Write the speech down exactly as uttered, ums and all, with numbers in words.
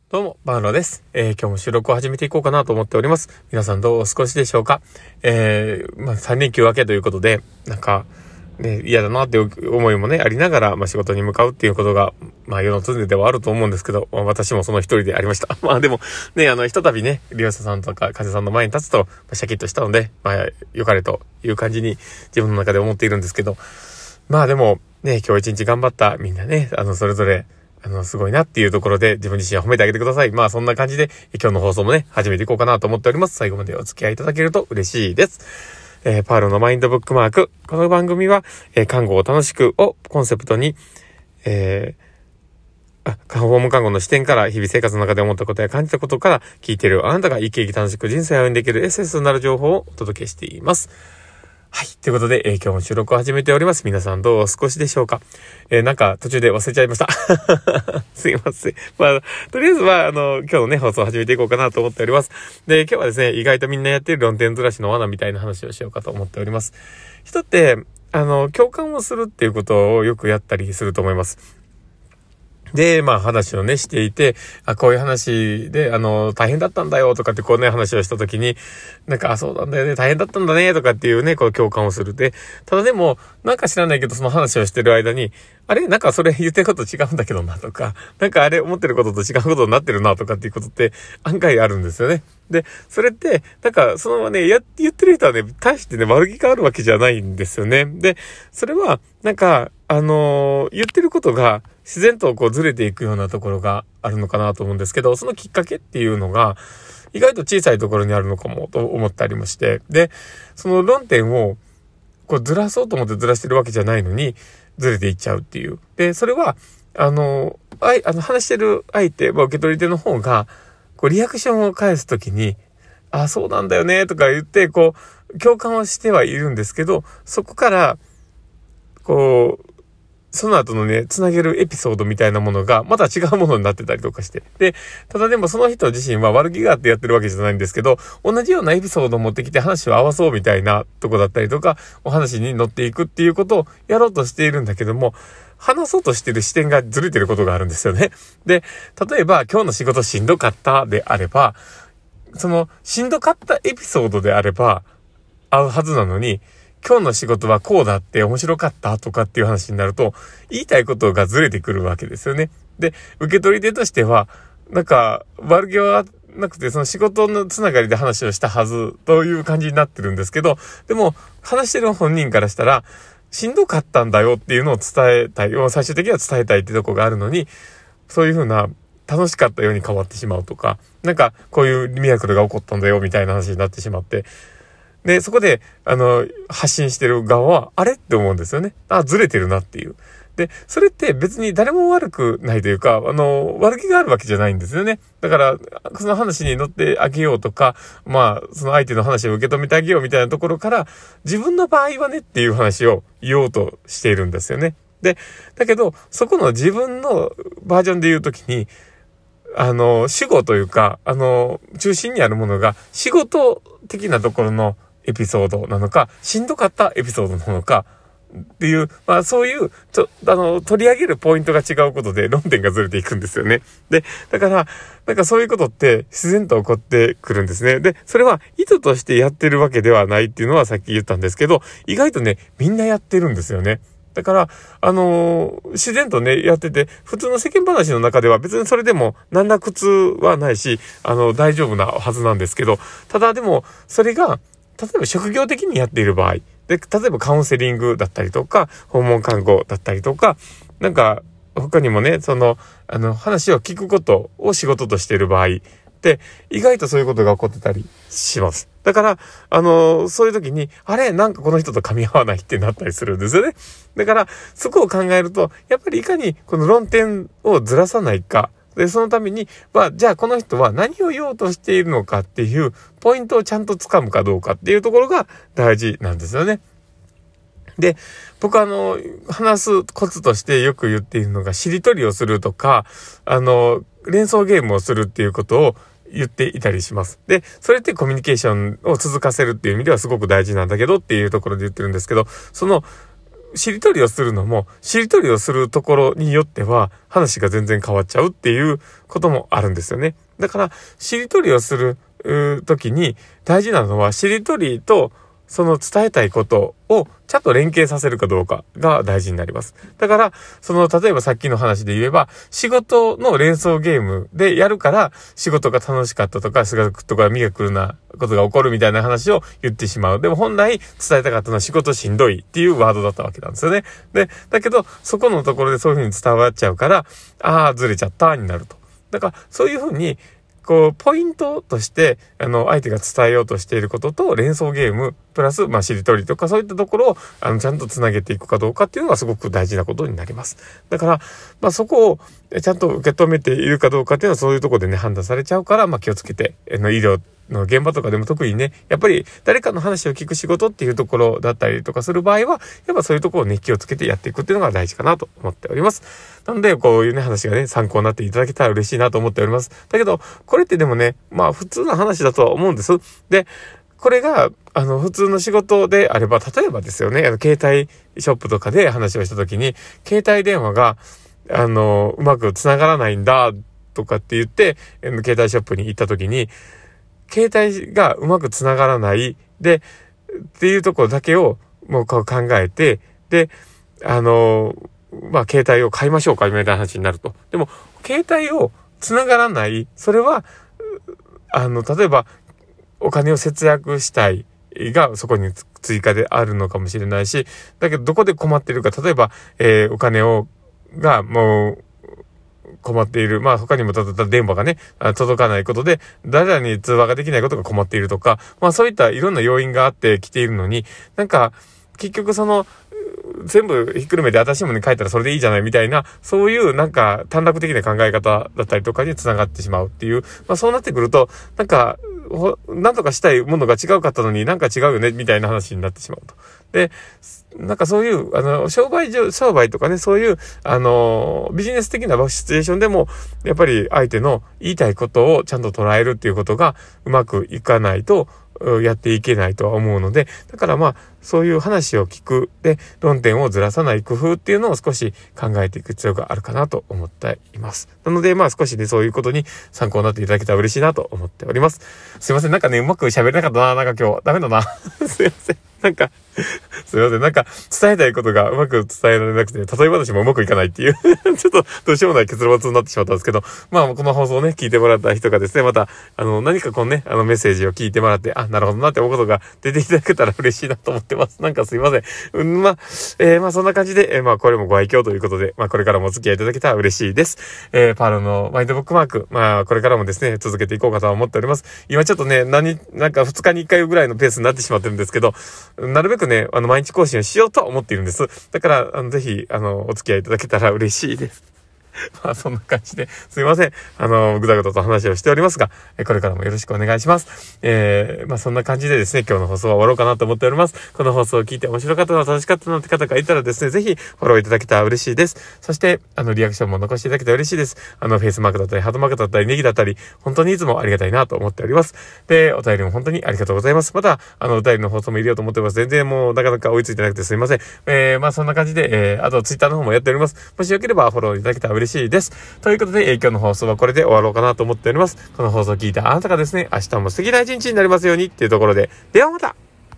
どうも、バーロです。えー、今日も収録を始めていこうかなと思っております。皆さんどうお過ごしでしょうか？えー、まあ、さん連休明けということで、なんか、ね、嫌だなっていう思いもね、ありながら、まあ、仕事に向かうっていうことが、まあ、世の常ではあると思うんですけど、まあ、私もその一人でありました。まあ、でも、ね、あの、ひとたびね、利用者さんとか患者さんの前に立つと、まあ、シャキッとしたので、まあ、良かれという感じに自分の中で思っているんですけど、まあ、でも、ね、今日一日頑張ったみんなね、あの、それぞれ、あの、すごいなっていうところで自分自身を褒めてあげてください。まあそんな感じで今日の放送もね、始めていこうかなと思っております。最後までお付き合いいただけると嬉しいです。えー、パールのマインドブックマーク。この番組は、えー、看護を楽しくをコンセプトに、えー、あ、訪問看護の視点から日々生活の中で思ったことや感じたことから聞いているあなたが生き生き楽しく人生を歩んでいけるエッセンスとなる情報をお届けしています。はい。ということで、えー、今日も収録を始めております。皆さんどうお過ごしでしょうか？えー、なんか途中で忘れちゃいました。すいません。まあ、とりあえずは、あの、今日のね、放送を始めていこうかなと思っております。で、今日はですね、意外とみんなやっている論点ずらしの罠みたいな話をしようかと思っております。人って、あの、共感をするっていうことをよくやったりすると思います。で、まあ話をね、していて、あ、こういう話で、あの、大変だったんだよとかってこうね、話をしたときに、なんか、あ、そうなんだよね、大変だったんだねとかっていうね、こう共感をする。で、ただでも、なんか知らないけど、その話をしてる間に、あれなんかそれ言ってること違うんだけどなとか、なんかあれ思ってることと違うことになってるなとかっていうことって案外あるんですよね。で、それって、なんか、そのね、や、言ってる人はね、大してね、悪気があるわけじゃないんですよね。で、それは、なんか、あのー、言ってることが、自然とこうずれていくようなところがあるのかなと思うんですけど、そのきっかけっていうのが、意外と小さいところにあるのかもと思ったりもして、で、その論点を、こうずらそうと思ってずらしてるわけじゃないのに、ずれていっちゃうっていう。で、それは、あの、あい、あの、話してる相手、まあ、受け取り手の方が、こう、リアクションを返すときに、あ、そうなんだよね、とか言って、こう、共感をしてはいるんですけど、そこから、こう、その後のね、つなげるエピソードみたいなものが、また違うものになってたりとかして。で、ただでもその人自身は悪気があってやってるわけじゃないんですけど、同じようなエピソードを持ってきて話を合わそうみたいなとこだったりとか、お話に乗っていくっていうことをやろうとしているんだけども、話そうとしている視点がずれてることがあるんですよね。で、例えば、今日の仕事しんどかったであれば、その、しんどかったエピソードであれば、合うはずなのに、今日の仕事はこうだって面白かったとかっていう話になると、言いたいことがずれてくるわけですよね。で、受け取り手としては、なんか、悪気はなくて、その仕事のつながりで話をしたはずという感じになってるんですけど、でも、話してる本人からしたら、しんどかったんだよっていうのを伝えたい、最終的には伝えたいってとこがあるのに、そういうふうな、楽しかったように変わってしまうとか、なんか、こういうミラクルが起こったんだよみたいな話になってしまって、で、そこで、あの、発信してる側は、あれって思うんですよね。あ、ずれてるなっていう。で、それって別に誰も悪くないというか、あの、悪気があるわけじゃないんですよね。だから、その話に乗ってあげようとか、まあ、その相手の話を受け止めてあげようみたいなところから、自分の場合はねっていう話を言おうとしているんですよね。で、だけど、そこの自分のバージョンで言うときに、あの、主語というか、あの、中心にあるものが、仕事的なところのエピソードなのか、しんどかったエピソードなのか、っていう、まあそういう、ちょ、あの、取り上げるポイントが違うことで論点がずれていくんですよね。で、だから、なんかそういうことって自然と起こってくるんですね。で、それは意図としてやってるわけではないっていうのはさっき言ったんですけど、意外とね、みんなやってるんですよね。だから、あのー、自然とね、やってて、普通の世間話の中では別にそれでも何ら苦痛はないし、あの、大丈夫なはずなんですけど、ただでも、それが、例えば職業的にやっている場合、で、例えばカウンセリングだったりとか、訪問看護だったりとか、なんか、他にもね、その、あの、話を聞くことを仕事としている場合、で、意外とそういうことが起こってたりします。だから、あの、そういう時に、あれなんかこの人と噛み合わないってなったりするんですよね。だから、そこを考えると、やっぱりいかにこの論点をずらさないか。で、そのために、まあ、じゃあこの人は何を言おうとしているのかっていうポイントをちゃんと掴むかどうかっていうところが大事なんですよね。で、僕はあの、話すコツとしてよく言っているのが、しりとりをするとか、あの、連想ゲームをするっていうことを言っていたりします。で、それってコミュニケーションを続かせるっていう意味ではすごく大事なんだけどっていうところで言ってるんですけど、その、 しりとりをするのも、しりとりをするところによっては話が全然変わっちゃうっていうこともあるんですよね。だから、しりとりをする時に大事なのは、しりとりとその伝えたいことをちゃんと連携させるかどうかが大事になります。だから、その、例えばさっきの話で言えば、仕事の連想ゲームでやるから、仕事が楽しかったとか、仕事とかミラクルなことが起こるみたいな話を言ってしまう。でも本来伝えたかったのは仕事しんどいっていうワードだったわけなんですよね。で、だけど、そこのところでそういうふうに伝わっちゃうから、ああ、ずれちゃったになると。だから、そういうふうに、こう、ポイントとして、あの、相手が伝えようとしていることと、連想ゲーム、プラス、まあ、しりとりとか、そういったところを、あの、ちゃんとつなげていくかどうかっていうのがすごく大事なことになります。だから、まあ、そこを、ちゃんと受け止めているかどうかっていうのは、そういうところでね、判断されちゃうから、まあ、気をつけて、あの、医療の現場とかでも特にね、やっぱり、誰かの話を聞く仕事っていうところだったりとかする場合は、やっぱそういうところをね、気をつけてやっていくっていうのが大事かなと思っております。なので、こういうね、話がね、参考になっていただけたら嬉しいなと思っております。だけど、これってでもね、まあ、普通の話だとは思うんです。で、これが、あの、普通の仕事であれば、例えばですよね、あの、携帯ショップとかで話をしたときに、携帯電話が、あの、うまく繋がらないんだ、とかって言って、携帯ショップに行ったときに、携帯がうまく繋がらない、で、っていうところだけを、もうこう考えて、で、あの、まあ、携帯を買いましょうか、みたいな話になると。でも、携帯を繋がらない、それは、あの、例えば、お金を節約したいがそこに追加であるのかもしれないし、だけどどこで困っているか、例えば、えー、お金を、がもう困っている。まあ他にもただ電話がね、届かないことで、誰らに通話ができないことが困っているとか、まあそういったいろんな要因があってきているのに、なんか、結局その、全部ひっくるめて新しいものに書いたらそれでいいじゃないみたいな、そういうなんか短絡的な考え方だったりとかに繋がってしまうっていう、まあそうなってくると、なんか、なんとかしたいものが違うかったのになんか違うよねみたいな話になってしまうと。で、なんかそういう、あの、商売上、商売とかね、そういう、あの、ビジネス的なシチュエーションでも、やっぱり相手の言いたいことをちゃんと捉えるっていうことがうまくいかないと、やっていけないとは思うので、だからまあ、そういう話を聞く、で、論点をずらさない工夫っていうのを少し考えていく必要があるかなと思っています。なので、まあ少しね、そういうことに参考になっていただけたら嬉しいなと思っております。すいません、なんかね、うまく喋れなかったな、なんか今日、ダメだな。すいません。なんか、すいません。なんか、伝えたいことがうまく伝えられなくて、例え話もうまくいかないっていう、ちょっとどうしようもない結末になってしまったんですけど、まあ、この放送をね、聞いてもらった人がですね、また、あの、何かこのね、あの、メッセージを聞いてもらって、あ、なるほどなって思うことが出ていただけたら嬉しいなと思ってます。なんかすいません。うん、まあ、えー、まあ、そんな感じで、えー、まあ、これもご愛嬌ということで、まあ、これからもお付き合いいただけたら嬉しいです。えー、パールのマインドブックマーク、まあ、これからもですね、続けていこうかと思っております。今ちょっとね、何、なんかふつかにいっかいぐらいのペースになってしまってるんですけど、なるべくね、あの、毎日更新をしようと思っているんです。だから、あの、ぜひ、あの、お付き合いいただけたら嬉しいです。まあ、そんな感じで、すいません。あの、ぐだぐだと話をしておりますが、これからもよろしくお願いします。えー、まあ、そんな感じでですね、今日の放送は終わろうかなと思っております。この放送を聞いて面白かったな、楽しかったなって方がいたらですね、ぜひ、フォローいただけたら嬉しいです。そして、あの、リアクションも残していただけたら嬉しいです。あの、フェイスマークだったり、ハートマークだったり、ネギだったり、本当にいつもありがたいなと思っております。で、お便りも本当にありがとうございます。また、あの、お便りの放送も入れようと思ってます。全然もう、なかなか追いついてなくてすいません。えー、まあ、そんな感じで、えー、あと、ツイッターの方もやっております。もしよければ、フォローいただけたら嬉しいです。ということで、えー、今日の放送はこれで終わろうかなと思っております。この放送を聞いたあなたがですね、明日も素敵な一日になりますようにっていうところで、ではまた。